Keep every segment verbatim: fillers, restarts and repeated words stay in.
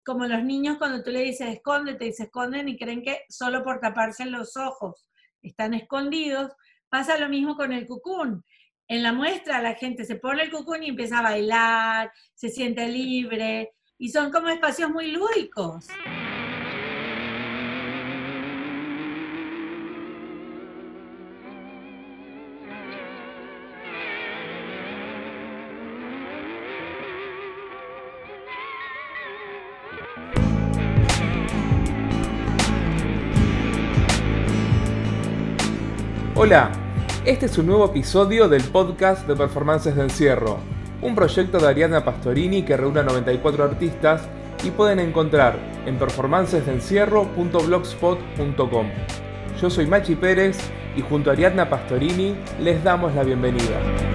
como los niños cuando tú le dices escóndete y se esconden y creen que solo por taparse los ojos están escondidos, pasa lo mismo con el cucún. En la muestra la gente se pone el cucún y empieza a bailar, se siente libre, y son como espacios muy lúdicos. Hola, este es un nuevo episodio del podcast de Performances de Encierro, un proyecto de Ariadna Pastorini que reúne a noventa y cuatro artistas y pueden encontrar en performances de encierro punto blogspot punto com. Yo soy Machi Pérez y junto a Ariadna Pastorini les damos la bienvenida.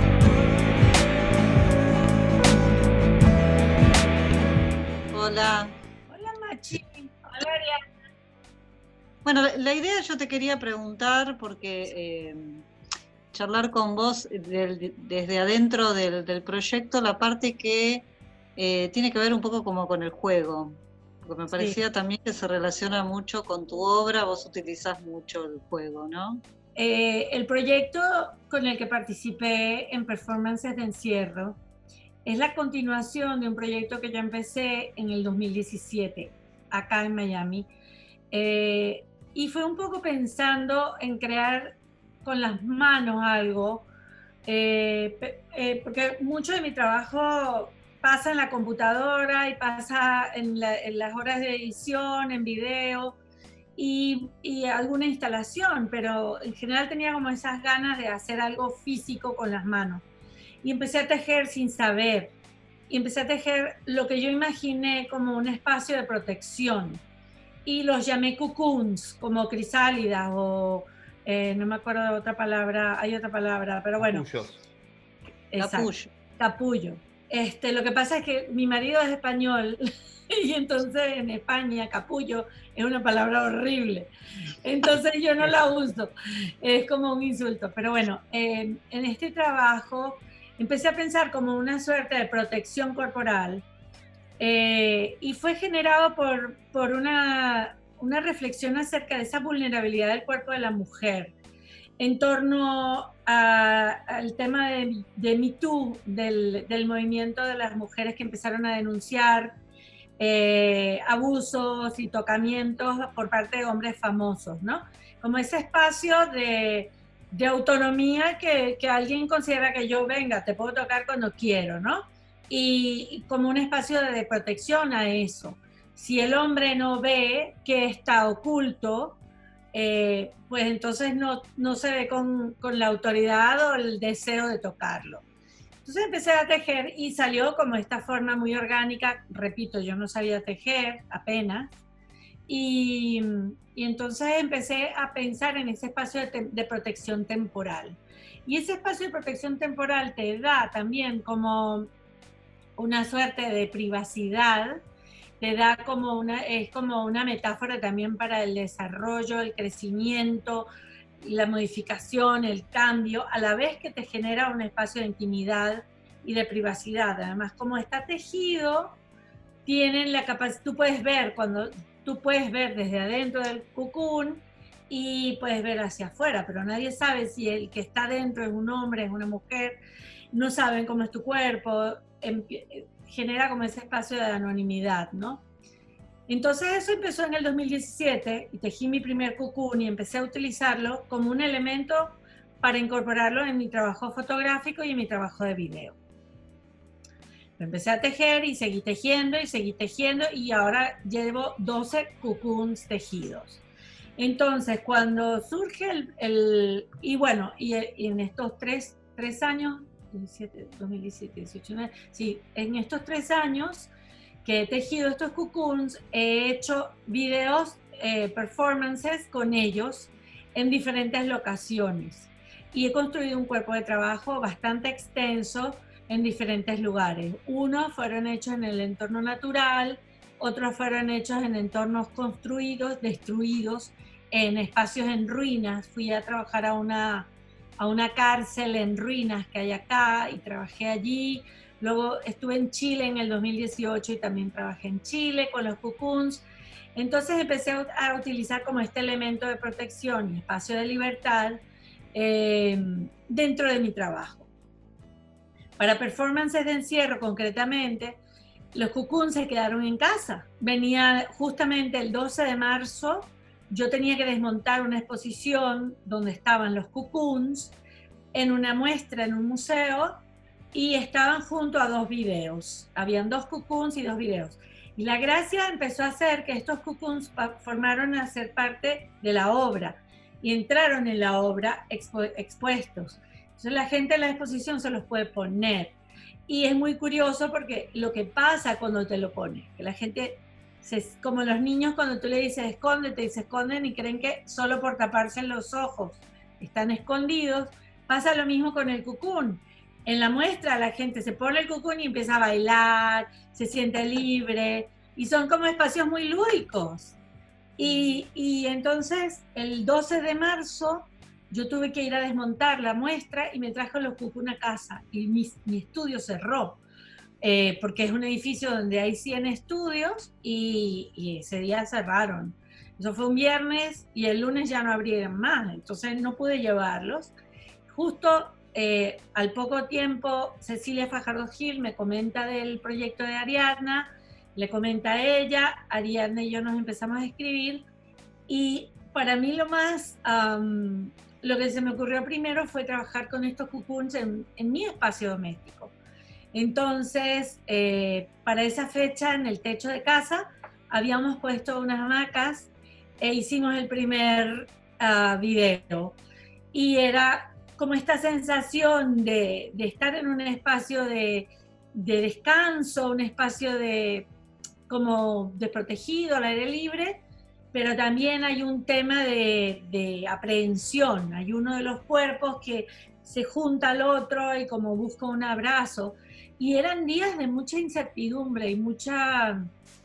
Hola. Hola Machi. Hola Ariadna. Bueno, la, la idea yo te quería preguntar porque eh, charlar con vos del, desde adentro del, del proyecto, la parte que eh, tiene que ver un poco como con el juego, porque me parecía sí. también que se relaciona mucho con tu obra, vos utilizás mucho el juego, ¿no? Eh, el proyecto con el que participé en Performances de Encierro es la continuación de un proyecto que yo empecé en el dos mil diecisiete, acá en Miami. Eh, y fue un poco pensando en crear con las manos algo, eh, eh, porque mucho de mi trabajo pasa en la computadora y pasa en, la, en las horas de edición, en video y, y alguna instalación, pero en general tenía como esas ganas de hacer algo físico con las manos. Y empecé a tejer sin saber, y empecé a tejer lo que yo imaginé como un espacio de protección. Y los llamé cocoons, como crisálidas o eh, no me acuerdo de otra palabra, hay otra palabra, pero bueno. Capullos. Capullo. Capullo. Este, lo que pasa es que mi marido es español y entonces en España capullo es una palabra horrible. Entonces yo no la uso, es como un insulto. Pero bueno, eh, en este trabajo empecé a pensar como una suerte de protección corporal. Eh, y fue generado por, por una, una reflexión acerca de esa vulnerabilidad del cuerpo de la mujer en torno a, al tema de, de Me Too, del, del movimiento de las mujeres que empezaron a denunciar eh, abusos y tocamientos por parte de hombres famosos, ¿no? Como ese espacio de, de autonomía que, que alguien considera que yo, venga, te puedo tocar cuando quiero, ¿no? Y como un espacio de protección a eso. Si el hombre no ve que está oculto, eh, pues entonces no, no se ve con, con la autoridad o el deseo de tocarlo. Entonces empecé a tejer y salió como esta forma muy orgánica. Repito, yo no sabía tejer apenas. Y, y entonces empecé a pensar en ese espacio de, te, de protección temporal. Y ese espacio de protección temporal te da también como una suerte de privacidad, te da como una, es como una metáfora también para el desarrollo, el crecimiento, la modificación, el cambio, a la vez que te genera un espacio de intimidad y de privacidad. Además, como está tejido, tienen la capacidad, tú puedes ver cuando, tú puedes ver desde adentro del cocoon y puedes ver hacia afuera, pero nadie sabe si el que está dentro es un hombre, es una mujer, no saben cómo es tu cuerpo, genera como ese espacio de anonimidad, ¿no? Entonces eso empezó en el dos mil diecisiete y tejí mi primer cocoon y empecé a utilizarlo como un elemento para incorporarlo en mi trabajo fotográfico y en mi trabajo de video. Lo empecé a tejer y seguí tejiendo y seguí tejiendo y ahora llevo doce cocoons tejidos. Entonces cuando surge el, el y bueno, y, y en estos tres, tres años, dos mil diecisiete, dieciocho, sí, en estos tres años que he tejido estos cocoons, he hecho videos, eh, performances con ellos en diferentes locaciones y he construido un cuerpo de trabajo bastante extenso en diferentes lugares. Unos fueron hechos en el entorno natural, otros fueron hechos en entornos construidos, destruidos, en espacios en ruinas. Fui a trabajar a una a una cárcel en ruinas que hay acá y trabajé allí Luego estuve en Chile en el dos mil dieciocho y también trabajé en Chile con los cocoons. Entonces empecé a utilizar como este elemento de protección y espacio de libertad eh, dentro de mi trabajo. Para performances de encierro concretamente, los cocoons se quedaron en casa. Venía justamente el doce de marzo, yo tenía que desmontar una exposición donde estaban los cocoons en una muestra en un museo y estaban junto a dos videos. Habían dos cocoons y dos videos. Y la gracia empezó a ser que estos cocoons formaron a ser parte de la obra y entraron en la obra expu expuestos. Entonces la gente en la exposición se los puede poner. Y es muy curioso porque lo que pasa cuando te lo pones, que la gente, se, como los niños cuando tú le dices escóndete y se esconden y creen que solo por taparse los ojos están escondidos, pasa lo mismo con el cocoon. En la muestra la gente se pone el cocoon y empieza a bailar, se siente libre y son como espacios muy lúdicos. Y, y entonces el doce de marzo yo tuve que ir a desmontar la muestra y me trajo los cocoon a casa y mi, mi estudio cerró eh, porque es un edificio donde hay cien estudios y, y ese día cerraron. Eso fue un viernes y el lunes ya no abrieron más, entonces no pude llevarlos. Justo Eh, al poco tiempo, Cecilia Fajardo Gil me comenta del proyecto de Ariadna, le comenta a ella, Ariadna y yo nos empezamos a escribir, y para mí lo más, um, lo que se me ocurrió primero fue trabajar con estos cocoons en, en mi espacio doméstico. Entonces, eh, para esa fecha, en el techo de casa, habíamos puesto unas hamacas e hicimos el primer uh, video, y era como esta sensación de, de estar en un espacio de, de descanso, un espacio de, como de protegido, al aire libre, pero también hay un tema de, de aprehensión, hay uno de los cuerpos que se junta al otro y como busca un abrazo, y eran días de mucha incertidumbre y mucha,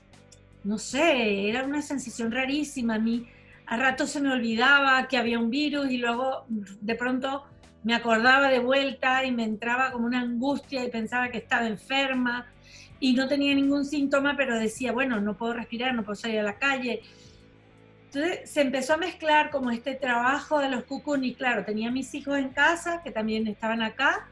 no sé, era una sensación rarísima. A mí a rato se me olvidaba que había un virus y luego de pronto me acordaba de vuelta y me entraba como una angustia y pensaba que estaba enferma y no tenía ningún síntoma, pero decía, bueno, no puedo respirar, no puedo salir a la calle. Entonces se empezó a mezclar como este trabajo de los cocoons y claro, tenía mis hijos en casa que también estaban acá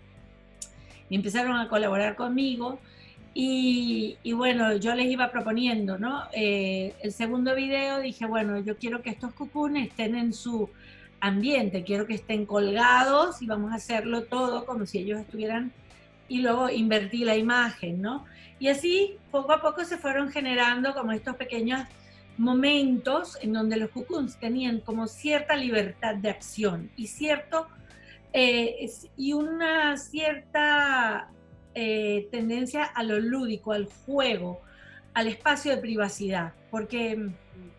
y empezaron a colaborar conmigo y, y bueno, yo les iba proponiendo, ¿no? Eh, el segundo video dije, bueno, yo quiero que estos cocoons estén en su ambiente, quiero que estén colgados y vamos a hacerlo todo como si ellos estuvieran, y luego invertí la imagen, ¿no? Y así poco a poco se fueron generando como estos pequeños momentos en donde los cocoons tenían como cierta libertad de acción y cierto eh, y una cierta eh, tendencia a lo lúdico, al juego, al espacio de privacidad, porque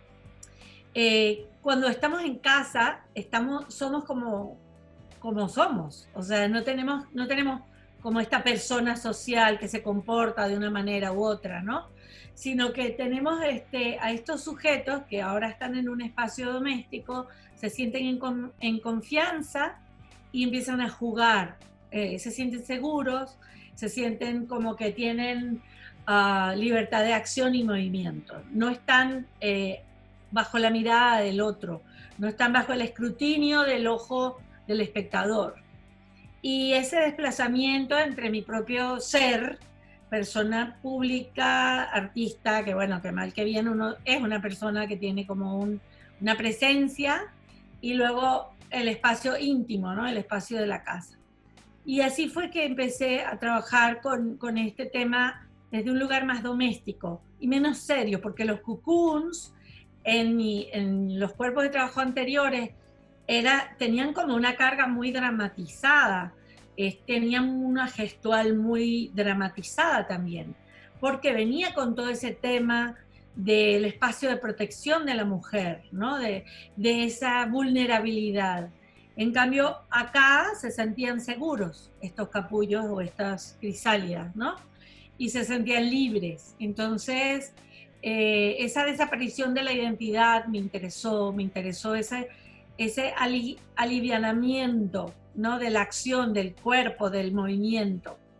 eh, cuando estamos en casa, estamos, somos como, como somos, o sea, no tenemos, no tenemos como esta persona social que se comporta de una manera u otra, ¿no? Sino que tenemos este, a estos sujetos que ahora están en un espacio doméstico, se sienten en, en confianza y empiezan a jugar, eh, se sienten seguros, se sienten como que tienen uh, libertad de acción y movimiento, no están eh, bajo la mirada del otro, no están bajo el escrutinio del ojo del espectador. Y ese desplazamiento entre mi propio ser, persona pública, artista, que bueno, que mal que bien uno es una persona que tiene como un, una presencia, y luego el espacio íntimo, ¿no? El espacio de la casa. Y así fue que empecé a trabajar con, con este tema desde un lugar más doméstico y menos serio, porque los cocoons en, mi, en los cuerpos de trabajo anteriores era, tenían como una carga muy dramatizada, eh, tenían una gestual muy dramatizada también, porque venía con todo ese tema del espacio de protección de la mujer, ¿no? de, de esa vulnerabilidad. En cambio, acá se sentían seguros estos capullos o estas crisálidas, ¿no? Y se sentían libres. Entonces, eh, esa desaparición de la identidad me interesó, me interesó ese, ese ali, alivianamiento, ¿no? De la acción, del cuerpo, del movimiento.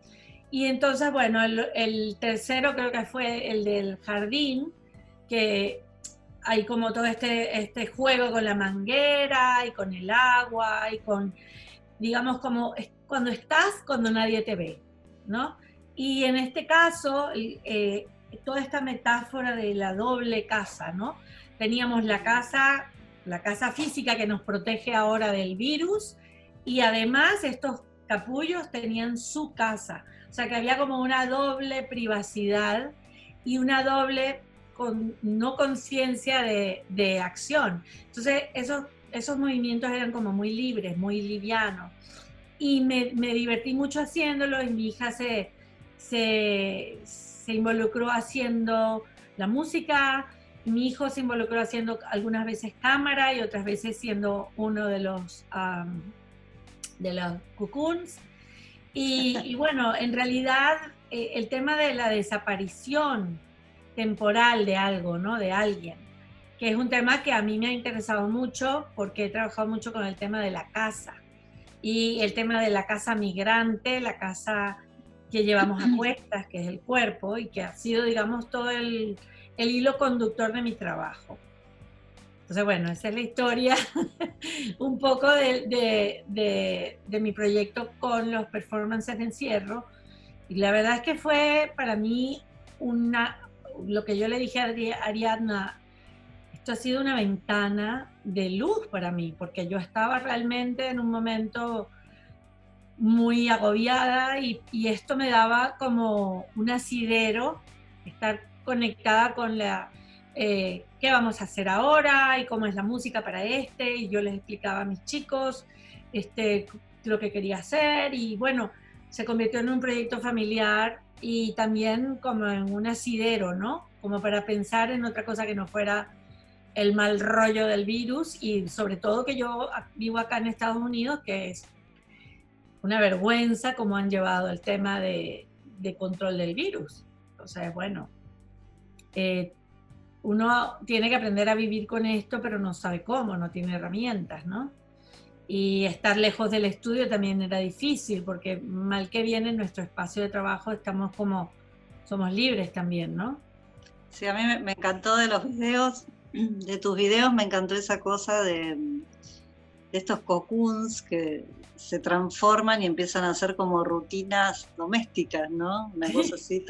Y entonces, bueno, el, el tercero creo que fue el del jardín, que hay como todo este, este juego con la manguera y con el agua y con, digamos, como cuando estás, cuando nadie te ve, ¿no? Y en este caso, eh, toda esta metáfora de la doble casa, ¿no? Teníamos la casa, la casa física que nos protege ahora del virus, y además estos capullos tenían su casa, o sea que había como una doble privacidad y una doble con, no conciencia de, de acción. Entonces esos, esos movimientos eran como muy libres, muy livianos, y me, me divertí mucho haciéndolo, y mi hija se, se, se involucró haciendo la música, mi hijo se involucró haciendo algunas veces cámara y otras veces siendo uno de los, um, de los cocoons. Y, y bueno, en realidad eh, el tema de la desaparición temporal de algo, ¿no? De alguien, que es un tema que a mí me ha interesado mucho porque he trabajado mucho con el tema de la casa y el tema de la casa migrante, la casa que llevamos a cuestas, que es el cuerpo, y que ha sido, digamos, todo el, el hilo conductor de mi trabajo. Entonces, bueno, esa es la historia un poco de, de, de, de mi proyecto con los performances de encierro. Y la verdad es que fue para mí una, lo que yo le dije a Ariadna, esto ha sido una ventana de luz para mí, porque yo estaba realmente en un momento muy agobiada y, y esto me daba como un asidero, estar conectada con la, eh, qué vamos a hacer ahora y cómo es la música para este, y yo les explicaba a mis chicos este, lo que quería hacer, y bueno, se convirtió en un proyecto familiar y también como en un asidero, ¿no? Como para pensar en otra cosa que no fuera el mal rollo del virus, y sobre todo que yo vivo acá en Estados Unidos, que es una vergüenza cómo han llevado el tema de, de control del virus. O sea, bueno, eh, uno tiene que aprender a vivir con esto, pero no sabe cómo, no tiene herramientas, ¿no? Y estar lejos del estudio también era difícil, porque mal que bien en nuestro espacio de trabajo estamos como, somos libres también, ¿no? Sí, a mí me, me encantó de los videos, de tus videos me encantó esa cosa de, de estos cocoons que se transforman y empiezan a hacer como rutinas domésticas, ¿no? Una cosa así,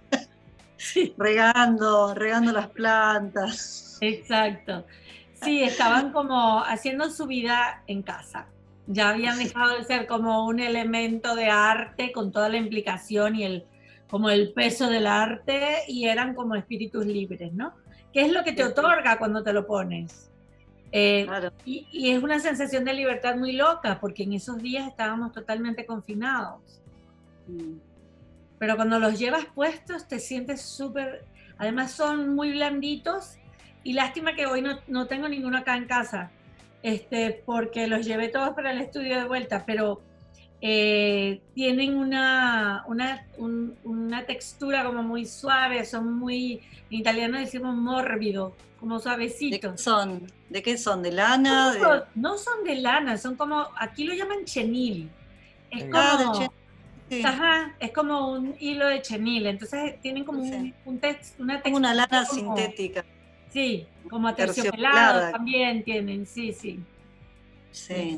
sí. regando, regando las plantas. Exacto. Sí, estaban como haciendo su vida en casa. Ya habían dejado de ser como un elemento de arte con toda la implicación y el, como el peso del arte, y eran como espíritus libres, ¿no? ¿Qué es lo que te otorga cuando te lo pones? Eh, claro. y, y es una sensación de libertad muy loca, porque en esos días estábamos totalmente confinados. Mm. Pero cuando los llevas puestos te sientes súper... Además son muy blanditos, y lástima que hoy no, no tengo ninguno acá en casa, este, porque los llevé todos para el estudio de vuelta, pero eh, tienen una, una, un, una textura como muy suave, son muy, en italiano decimos mórbido, como suavecitos. ¿De qué son? ¿De qué son? ¿De lana? No, de... son, no son de lana, son como, aquí lo llaman chenil. Es como, ah, de chenil. Sí. Ajá, es como un hilo de chenil, entonces tienen como sí. un, un text, una textura. Como una lana como, sintética. Sí, como aterciopelado también tienen, sí, sí. Sí.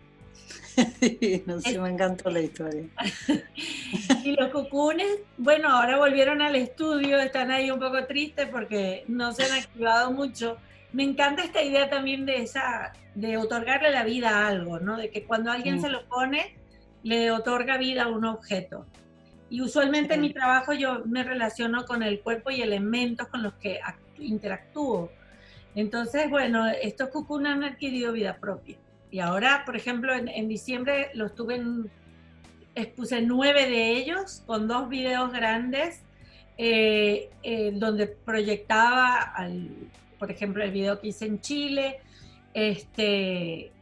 sí. no sé, es, me encantó la historia. Y los cocoons, bueno, ahora volvieron al estudio, están ahí un poco tristes porque no se han activado mucho. Me encanta esta idea también de esa, de otorgarle la vida a algo, ¿no? De que cuando alguien mm. se lo pone, le otorga vida a un objeto. Y usualmente sí. en mi trabajo yo me relaciono con el cuerpo y elementos con los que interactúo. Entonces, bueno, estos cocoons han adquirido vida propia. Y ahora, por ejemplo, en, en diciembre los tuve en, expuse nueve de ellos con dos videos grandes eh, eh, donde proyectaba, al, por ejemplo, el video que hice en Chile, este,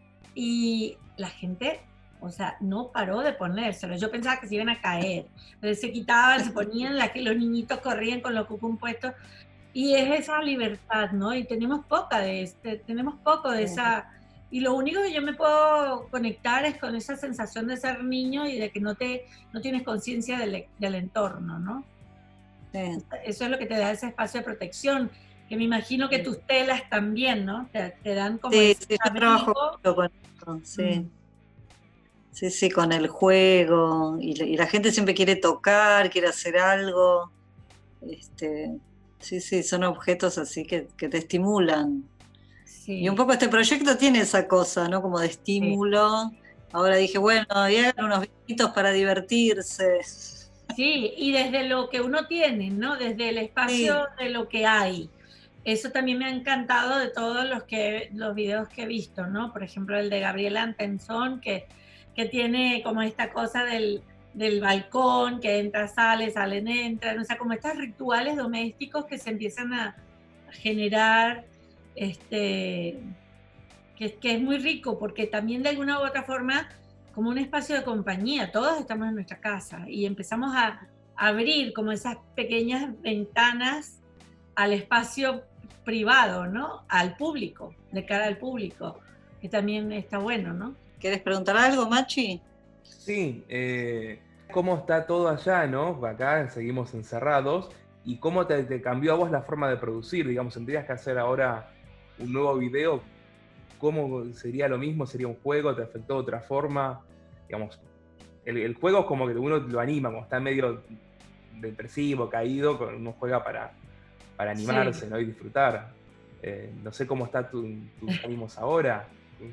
y la gente... O sea, no paró de ponérselo. Yo pensaba que se iban a caer. Entonces se quitaban, se ponían, la, los niñitos corrían con los cocoons puestos. Y es esa libertad, ¿no? Y tenemos poca de este, tenemos poco de esa, y lo único que yo me puedo conectar es con esa sensación de ser niño y de que no, te, no tienes conciencia del, del entorno, ¿no? Sí. Eso es lo que te da ese espacio de protección, que me imagino que tus telas también, ¿no? Te, te dan como sí, ese sí, yo trabajo mucho con eso, sí. Mm. Sí, sí, con el juego, y la, y la gente siempre quiere tocar, quiere hacer algo. Este, sí, sí, son objetos así que, que te estimulan. Sí. Y un poco este proyecto tiene esa cosa, ¿no? Como de estímulo. Sí. Ahora dije, bueno, había unos viejitos para divertirse. Sí, y desde lo que uno tiene, ¿no? Desde el espacio sí. de lo que hay. Eso también me ha encantado de todos los, que, los videos que he visto, ¿no? Por ejemplo, el de Gabriela Antenzón, que, que tiene como esta cosa del, del balcón, que entra, sale, salen, entran, o sea, como estos rituales domésticos que se empiezan a, a generar, este, que, que es muy rico, porque también de alguna u otra forma, como un espacio de compañía, todos estamos en nuestra casa y empezamos a abrir como esas pequeñas ventanas al espacio privado, ¿no? Al público, de cara al público, que también está bueno, ¿no? ¿Quieres preguntar algo, Machi? Sí, eh, ¿cómo está todo allá, no? Acá seguimos encerrados, ¿y cómo te, te cambió a vos la forma de producir? Digamos, ¿tendrías que hacer ahora un nuevo video? ¿Cómo sería lo mismo? ¿Sería un juego? ¿Te afectó de otra forma? Digamos, el, el juego es como que uno lo anima, como está medio depresivo, caído, uno juega para, para animarse, sí. ¿no? Y disfrutar. Eh, no sé cómo están tus tu ánimos ahora.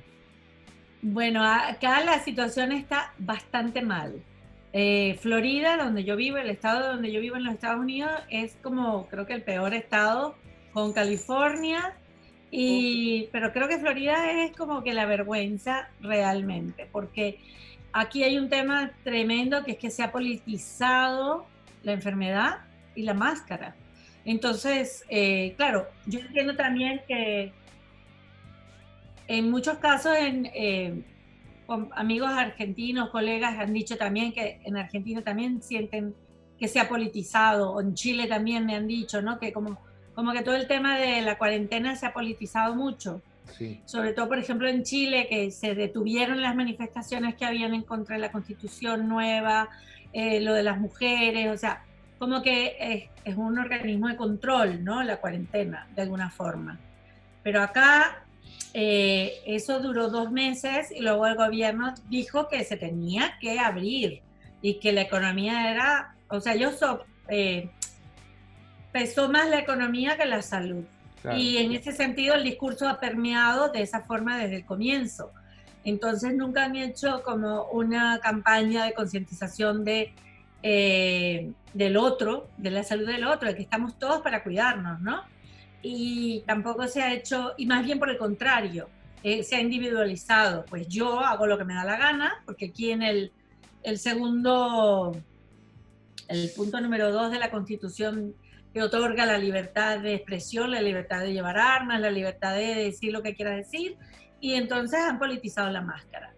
Bueno, acá la situación está bastante mal. Eh, Florida, donde yo vivo, el estado donde yo vivo en los Estados Unidos, es como creo que el peor estado, con California, y, pero creo que Florida es como que la vergüenza realmente, porque aquí hay un tema tremendo que es que se ha politizado la enfermedad y la máscara. Entonces, eh, claro, yo entiendo también que en muchos casos, en, eh, amigos argentinos, colegas han dicho también que en Argentina también sienten que se ha politizado, o en Chile también me han dicho, ¿no? Que como, como que todo el tema de la cuarentena se ha politizado mucho. Sí. Sobre todo, por ejemplo, en Chile, que se detuvieron las manifestaciones que habían en contra de la Constitución nueva, eh, lo de las mujeres, o sea, como que es, es un organismo de control, ¿no? La cuarentena, de alguna forma. Pero acá eh, eso duró dos meses y luego el gobierno dijo que se tenía que abrir y que la economía era, o sea, yo so, eh, pesó más la economía que la salud. Claro. Y en ese sentido el discurso ha permeado de esa forma desde el comienzo. Entonces nunca han hecho como una campaña de concientización de, eh, del otro, de la salud del otro, de que estamos todos para cuidarnos, ¿no? Y tampoco se ha hecho, y más bien por el contrario, eh, se ha individualizado. Pues yo hago lo que me da la gana, porque aquí en el, el segundo, el punto número dos de la Constitución que otorga la libertad de expresión, la libertad de llevar armas, la libertad de decir lo que quiera decir, y entonces han politizado la máscara.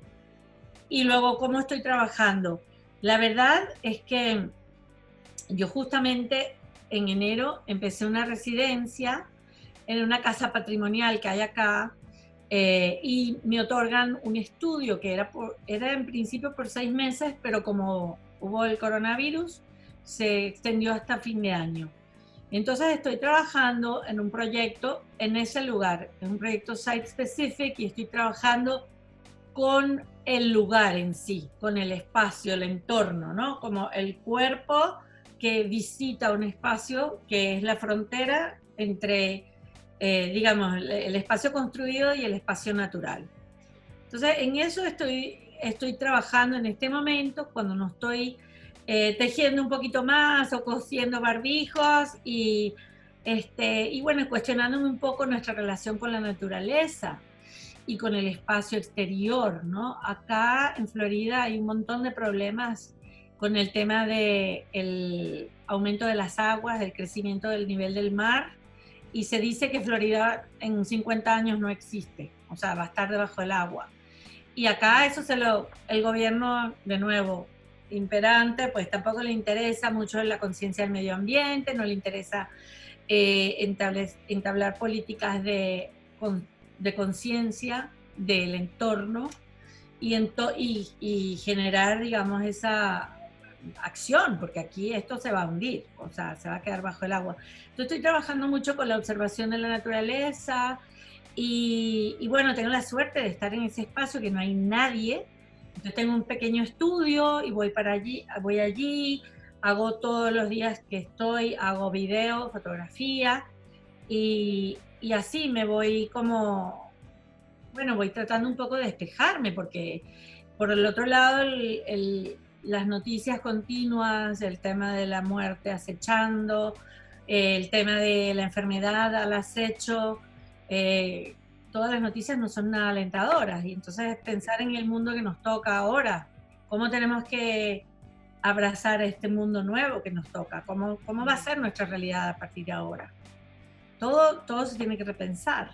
Y luego, ¿cómo estoy trabajando? La verdad es que yo justamente en enero empecé una residencia en una casa patrimonial que hay acá, eh, y me otorgan un estudio que era, por, era en principio por seis meses, pero como hubo el coronavirus, se extendió hasta fin de año. Entonces estoy trabajando en un proyecto en ese lugar, es un proyecto site specific, y estoy trabajando con el lugar en sí, con el espacio, el entorno, ¿no? Como el cuerpo que visita un espacio que es la frontera entre, eh, digamos, el, el espacio construido y el espacio natural. Entonces, en eso estoy, estoy trabajando en este momento, cuando no estoy eh, tejiendo un poquito más o cosiendo barbijos y, este, y bueno, cuestionándome un poco nuestra relación con la naturaleza y con el espacio exterior, ¿no? Acá en Florida hay un montón de problemas con el tema del aumento de las aguas, del crecimiento del nivel del mar, y se dice que Florida en cincuenta años no existe, o sea, va a estar debajo del agua. Y acá eso se lo, el gobierno, de nuevo, imperante, pues tampoco le interesa mucho la conciencia del medio ambiente, no le interesa eh, entablar, entablar políticas de, de conciencia del entorno y, ento y, y generar, digamos, esa acción, porque aquí esto se va a hundir, o sea, se va a quedar bajo el agua. Yo estoy trabajando mucho con la observación de la naturaleza y, y bueno, tengo la suerte de estar en ese espacio que no hay nadie. Yo tengo un pequeño estudio y voy para allí, voy allí, hago todos los días que estoy, hago video, fotografía y, y así me voy como, bueno, voy tratando un poco de despejarme porque por el otro lado el, el, las noticias continuas, el tema de la muerte acechando, el tema de la enfermedad al acecho, eh, todas las noticias no son nada alentadoras y entonces pensar en el mundo que nos toca ahora, cómo tenemos que abrazar este mundo nuevo que nos toca, cómo, cómo va a ser nuestra realidad a partir de ahora. Todo, todo se tiene que repensar.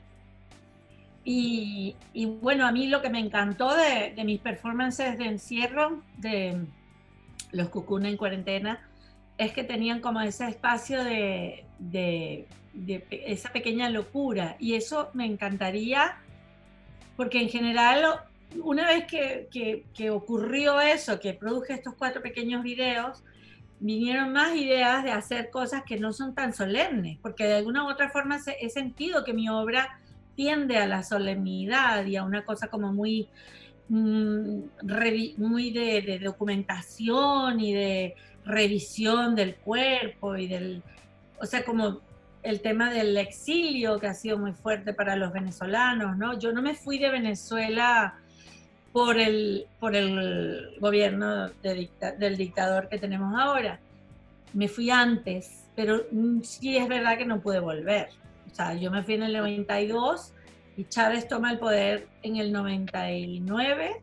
Y, y bueno, a mí lo que me encantó de, de mis performances de encierro, de los Cocoon en cuarentena, es que tenían como ese espacio de, de, de esa pequeña locura. Y eso me encantaría, porque en general, una vez que, que, que ocurrió eso, que produje estos cuatro pequeños videos, vinieron más ideas de hacer cosas que no son tan solemnes, porque de alguna u otra forma he sentido que mi obra tiende a la solemnidad y a una cosa como muy, mm, muy de, de documentación y de revisión del cuerpo y del, o sea, como el tema del exilio que ha sido muy fuerte para los venezolanos, ¿no? Yo no me fui de Venezuela por el, por el gobierno de dicta, del dictador que tenemos ahora. Me fui antes, pero sí es verdad que no pude volver. O sea, yo me fui en el noventa y dos y Chávez toma el poder en el noventa y nueve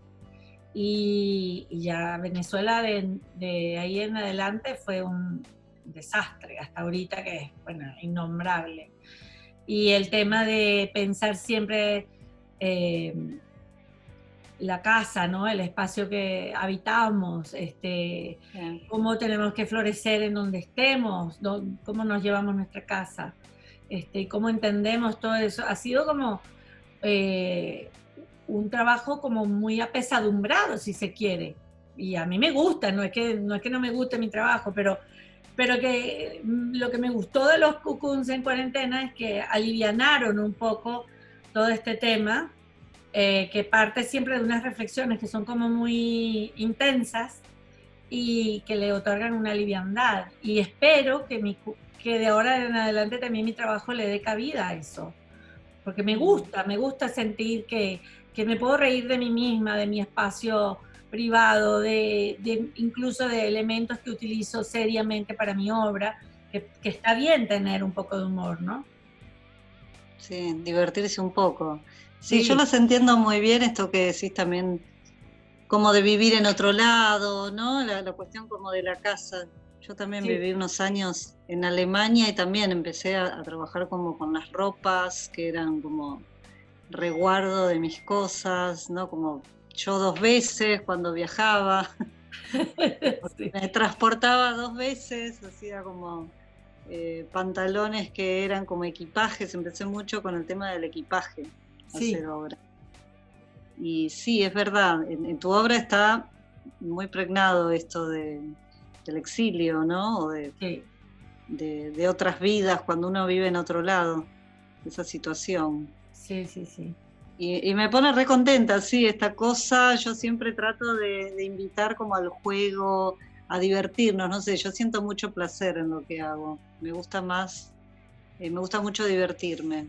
y, y ya Venezuela de, de ahí en adelante fue un desastre, hasta ahorita que es, bueno, innombrable. Y el tema de pensar siempre eh, la casa, ¿no? El espacio que habitamos, este, sí. Cómo tenemos que florecer en donde estemos, cómo nos llevamos nuestra casa, este, cómo entendemos todo eso. Ha sido como eh, un trabajo como muy apesadumbrado, si se quiere. Y a mí me gusta, no es que no, es que no me guste mi trabajo, pero, pero que lo que me gustó de los Cocoons en cuarentena es que alivianaron un poco todo este tema. Eh, que parte siempre de unas reflexiones que son como muy intensas y que le otorgan una liviandad. Y espero que, mi, que de ahora en adelante también mi trabajo le dé cabida a eso. Porque me gusta, me gusta sentir que, que me puedo reír de mí misma, de mi espacio privado, de, de, incluso de elementos que utilizo seriamente para mi obra, que, que está bien tener un poco de humor, ¿no? Sí, divertirse un poco. Sí, sí, yo los entiendo muy bien, esto que decís también, como de vivir en otro lado, ¿no? La, la cuestión como de la casa. Yo también sí. viví unos años en Alemania y también empecé a, a trabajar como con las ropas, que eran como resguardo de mis cosas, ¿no? Como yo dos veces cuando viajaba, sí. Me transportaba dos veces, hacía como eh, pantalones que eran como equipajes, empecé mucho con el tema del equipaje. Sí. Hacer obra. Y sí, es verdad, en, en tu obra está muy pregnado esto de, del exilio, ¿no? O de, sí. de, de otras vidas cuando uno vive en otro lado, esa situación. Sí, sí, sí. Y, y me pone re contenta, sí, esta cosa, yo siempre trato de, de invitar como al juego, a divertirnos, no sé, yo siento mucho placer en lo que hago, me gusta más, eh, me gusta mucho divertirme.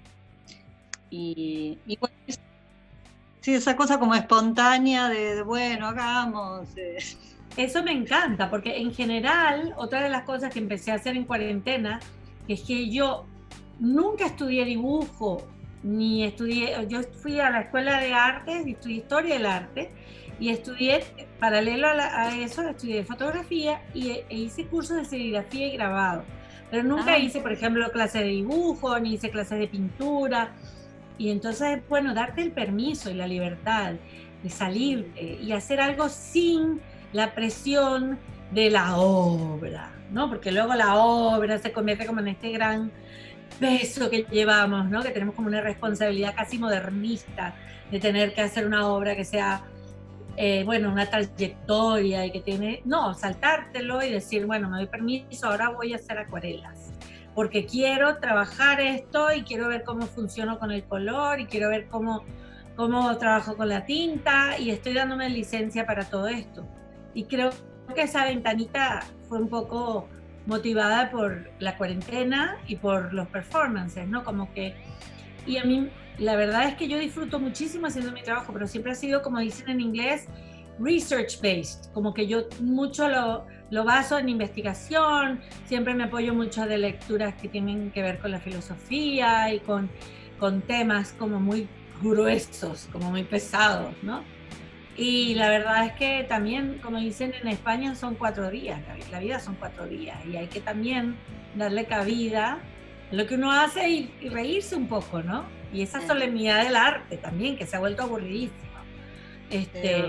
Y, y bueno, sí, esa cosa como espontánea de, de bueno, hagamos. Eh. Eso me encanta, porque en general, otra de las cosas que empecé a hacer en cuarentena, es que yo nunca estudié dibujo, ni estudié, yo fui a la escuela de artes, y estudié historia del arte, y estudié, paralelo a, la, a eso, estudié fotografía, y e hice cursos de serigrafía y grabado, pero nunca ah, hice, por ejemplo, clases de dibujo, ni hice clases de pintura. Y entonces, bueno, darte el permiso y la libertad de salirte y hacer algo sin la presión de la obra, ¿no? Porque luego la obra se convierte como en este gran peso que llevamos, ¿no? Que tenemos como una responsabilidad casi modernista de tener que hacer una obra que sea, eh, bueno, una trayectoria y que tiene, no, saltártelo y decir, bueno, me doy permiso, ahora voy a hacer acuarelas, porque quiero trabajar esto y quiero ver cómo funciono con el color y quiero ver cómo, cómo trabajo con la tinta y estoy dándome licencia para todo esto. Y creo que esa ventanita fue un poco motivada por la cuarentena y por los performances, ¿no? Como que, y a mí la verdad es que yo disfruto muchísimo haciendo mi trabajo, pero siempre ha sido, como dicen en inglés, research based, como que yo mucho lo, lo baso en investigación, siempre me apoyo mucho de lecturas que tienen que ver con la filosofía y con, con temas como muy gruesos, como muy pesados, ¿no? Y la verdad es que también, como dicen en España, son cuatro días, la, la vida son cuatro días y hay que también darle cabida a lo que uno hace y, y reírse un poco, ¿no? Y esa solemnidad del arte también, que se ha vuelto aburridísimo. Este,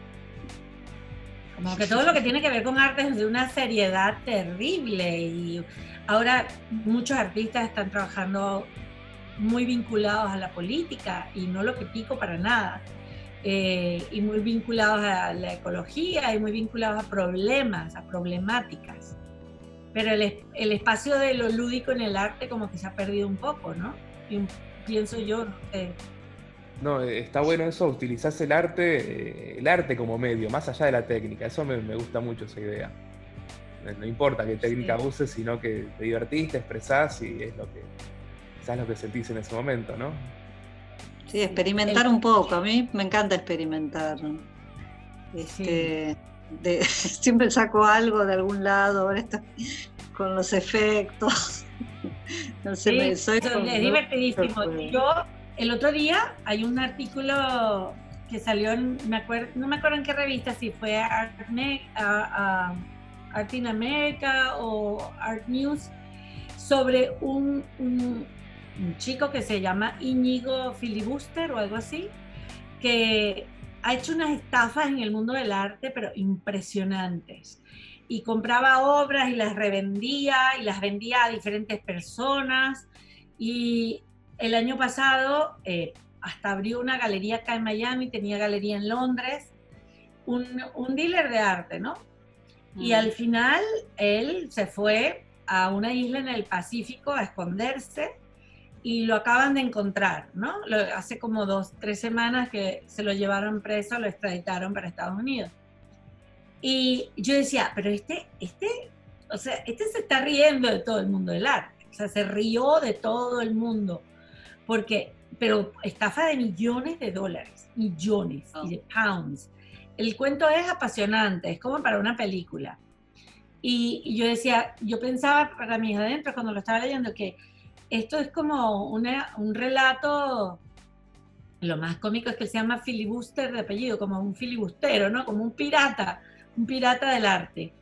como que todo lo que tiene que ver con arte es de una seriedad terrible y ahora muchos artistas están trabajando muy vinculados a la política y no lo critico para nada. Eh, y muy vinculados a la ecología y muy vinculados a problemas, a problemáticas. Pero el, el espacio de lo lúdico en el arte como que se ha perdido un poco, ¿no? Y un, pienso yo, no sé. No, está bueno eso, utilizarse el arte, el arte como medio, más allá de la técnica. Eso me, me gusta mucho, esa idea. No importa qué técnica sí. uses, sino que te divertís, te expresás y es lo que, quizás lo que sentís en ese momento, ¿no? Sí, experimentar un poco. A mí me encanta experimentar. Este, sí. de, siempre saco algo de algún lado, ahora estoy con los efectos. No sé, sí, me, soy es con, divertidísimo. ¿no? Yo, el otro día, hay un artículo que salió, en, me acuerdo, no me acuerdo en qué revista, si fue Art, uh, uh, Art in America o Art News, sobre un, un un chico que se llama Íñigo Filibuster o algo así, que ha hecho unas estafas en el mundo del arte, pero impresionantes. Y compraba obras y las revendía y las vendía a diferentes personas. Y el año pasado eh, hasta abrió una galería acá en Miami, tenía galería en Londres, un, un dealer de arte, ¿no? Mm. Y al final él se fue a una isla en el Pacífico a esconderse y lo acaban de encontrar, ¿no? Lo, hace como dos, tres semanas que se lo llevaron preso, lo extraditaron para Estados Unidos. Y yo decía, pero este, este, o sea, este se está riendo de todo el mundo del arte, o sea, se rió de todo el mundo, porque, pero estafa de millones de dólares, millones oh. y de pounds. El cuento es apasionante, es como para una película. Y, y yo decía, yo pensaba para mis adentros cuando lo estaba leyendo que esto es como una, un relato, lo más cómico es que se llama filibuster de apellido, como un filibustero, ¿no? Como un pirata, un pirata del arte.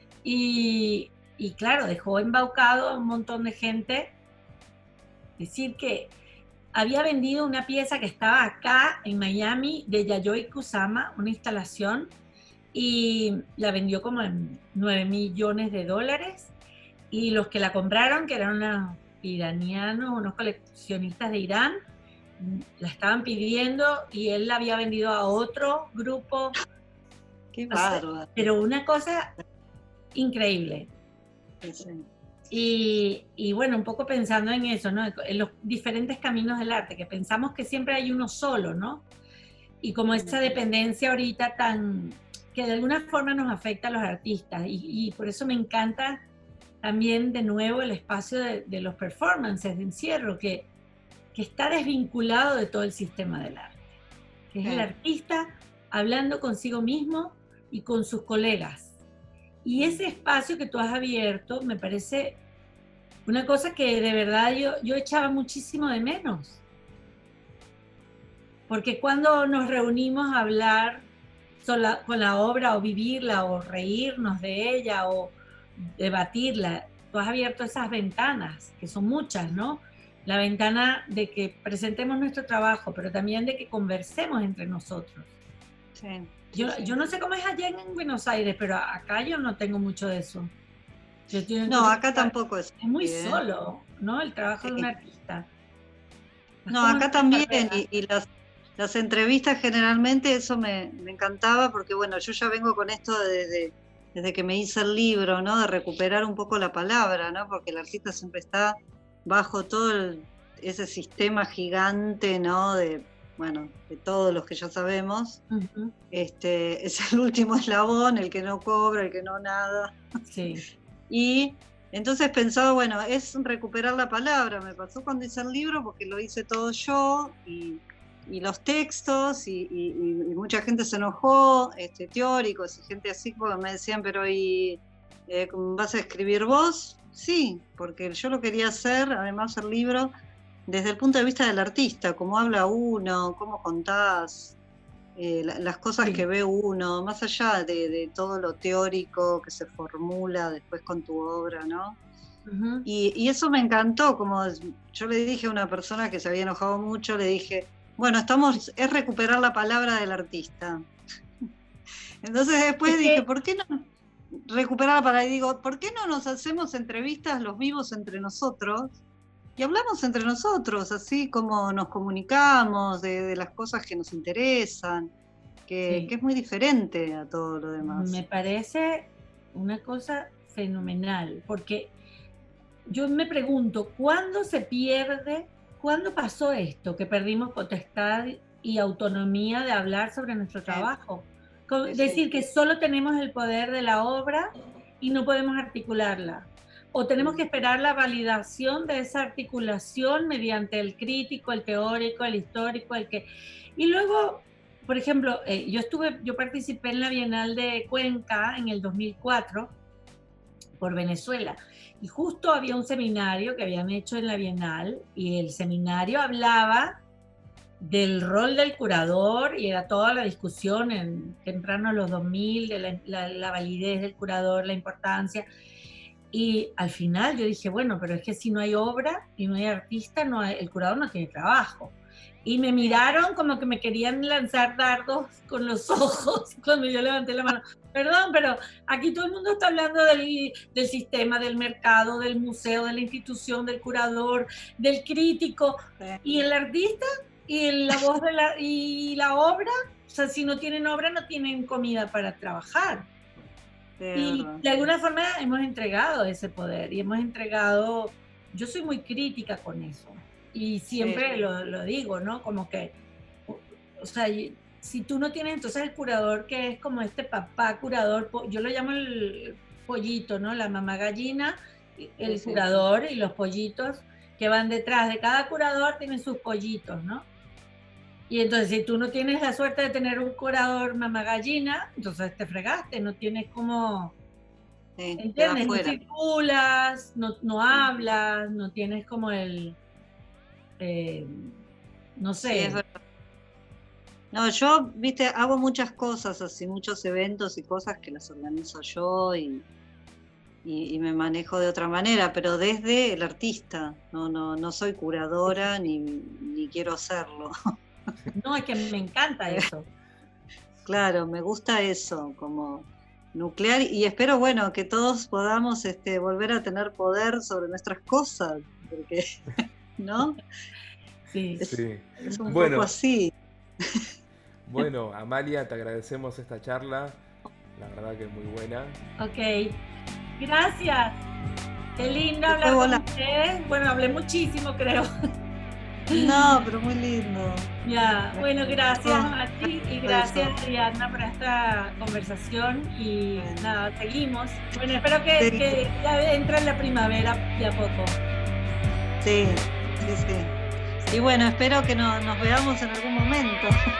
Y, y claro, dejó embaucado a un montón de gente. Decir que había vendido una pieza que estaba acá en Miami de Yayoi Kusama, una instalación, y la vendió como en nueve millones de dólares. Y los que la compraron, que eran unos iranianos, unos coleccionistas de Irán, la estaban pidiendo y él la había vendido a otro grupo. Qué bárbaro. Pero una cosa increíble. Sí. Y, y bueno, un poco pensando en eso, ¿no? En los diferentes caminos del arte, que pensamos que siempre hay uno solo, ¿no? Y como esa dependencia ahorita tan, que de alguna forma nos afecta a los artistas. Y, y por eso me encanta también de nuevo el espacio de, de los performances de encierro, que, que está desvinculado de todo el sistema del arte, que es el artista hablando consigo mismo y con sus colegas. Y ese espacio que tú has abierto me parece una cosa que de verdad yo, yo echaba muchísimo de menos. Porque cuando nos reunimos a hablar sola, con la obra o vivirla o reírnos de ella o debatirla, tú has abierto esas ventanas, que son muchas, ¿no? La ventana de que presentemos nuestro trabajo, pero también de que conversemos entre nosotros. Sí, yo, sí. yo no sé cómo es allá en Buenos Aires, pero acá yo no tengo mucho de eso. Yo estoy no, acá tampoco es. Es muy ¿eh? solo, ¿no? El trabajo de un artista. No, acá también, y, y las, las entrevistas generalmente eso me, me encantaba, porque bueno, yo ya vengo con esto desde, desde que me hice el libro, ¿no? De recuperar un poco la palabra, ¿no? Porque el artista siempre está bajo todo el, ese sistema gigante, ¿no? De, bueno, de todos los que ya sabemos. Uh-huh. Este, es el último eslabón, el que no cobra, el que no nada. Sí. Y entonces pensaba, bueno, es recuperar la palabra. Me pasó cuando hice el libro porque lo hice todo yo y, y los textos y, y, y mucha gente se enojó, este, teóricos y gente así, porque me decían, pero ¿y eh, vas a escribir vos? Sí, porque yo lo quería hacer, además el libro, desde el punto de vista del artista, cómo habla uno, cómo contás. Eh, la, las cosas sí. que ve uno, más allá de, de todo lo teórico que se formula después con tu obra, ¿no? Uh-huh. Y, y eso me encantó, como yo le dije a una persona que se había enojado mucho, le dije, bueno, estamos, es recuperar la palabra del artista. Entonces después es dije, que... ¿por qué no recuperar la palabra? Y digo, ¿por qué no nos hacemos entrevistas los vivos entre nosotros? Y hablamos entre nosotros, así como nos comunicamos de, de las cosas que nos interesan, que, sí. que es muy diferente a todo lo demás. Me parece una cosa fenomenal, porque yo me pregunto, ¿cuándo se pierde, cuándo pasó esto, que perdimos potestad y autonomía de hablar sobre nuestro trabajo? Sí. Es decir, que solo tenemos el poder de la obra y no podemos articularla. O tenemos que esperar la validación de esa articulación mediante el crítico, el teórico, el histórico, el que... Y luego, por ejemplo, eh, yo estuve, yo participé en la Bienal de Cuenca en el dos mil cuatro por Venezuela. Y justo había un seminario que habían hecho en la Bienal y el seminario hablaba del rol del curador y era toda la discusión en temprano los dos mil, de la, la, la validez del curador, la importancia... Y al final yo dije, bueno, pero es que si no hay obra y no hay artista, no hay, el curador no tiene trabajo. Y me miraron como que me querían lanzar dardos con los ojos cuando yo levanté la mano. Perdón, pero aquí todo el mundo está hablando del, del sistema, del mercado, del museo, de la institución, del curador, del crítico. Y el artista y la voz de la, y la obra, o sea, si no tienen obra no tienen comida para trabajar. Y de alguna forma hemos entregado ese poder y hemos entregado, yo soy muy crítica con eso y siempre sí. lo, lo digo, ¿no? Como que, o sea, si tú no tienes entonces el curador que es como este papá curador, yo lo llamo el pollito, ¿no? La mamá gallina, el sí, curador sí. y los pollitos que van detrás de cada curador tienen sus pollitos, ¿no? Y entonces, si tú no tienes la suerte de tener un curador mamá gallina, entonces te fregaste, no tienes como, sí, ¿entiendes? No circulas, no, no hablas, no tienes como el, eh, no sé. Sí, es verdad. No, yo, viste, hago muchas cosas así, muchos eventos y cosas que las organizo yo y, y, y me manejo de otra manera, pero desde el artista, no, no, no soy curadora ni, ni quiero hacerlo. No, es que me encanta eso. Claro, me gusta eso, como nuclear, y espero, bueno, que todos podamos este, volver a tener poder sobre nuestras cosas, porque, ¿no? Sí, es, sí. es un bueno, poco así. Bueno, Amalia, te agradecemos esta charla, la verdad que es muy buena. Ok, gracias. Qué lindo hablar con ustedes. Bueno, hablé muchísimo, creo. No, pero muy lindo. Ya, bueno, gracias a ti y gracias, Ariadna, por esta conversación y bueno. Nada, seguimos. Bueno, espero que, que ya entre en la primavera de a poco. Sí, sí, sí. Y bueno, espero que no, nos veamos en algún momento.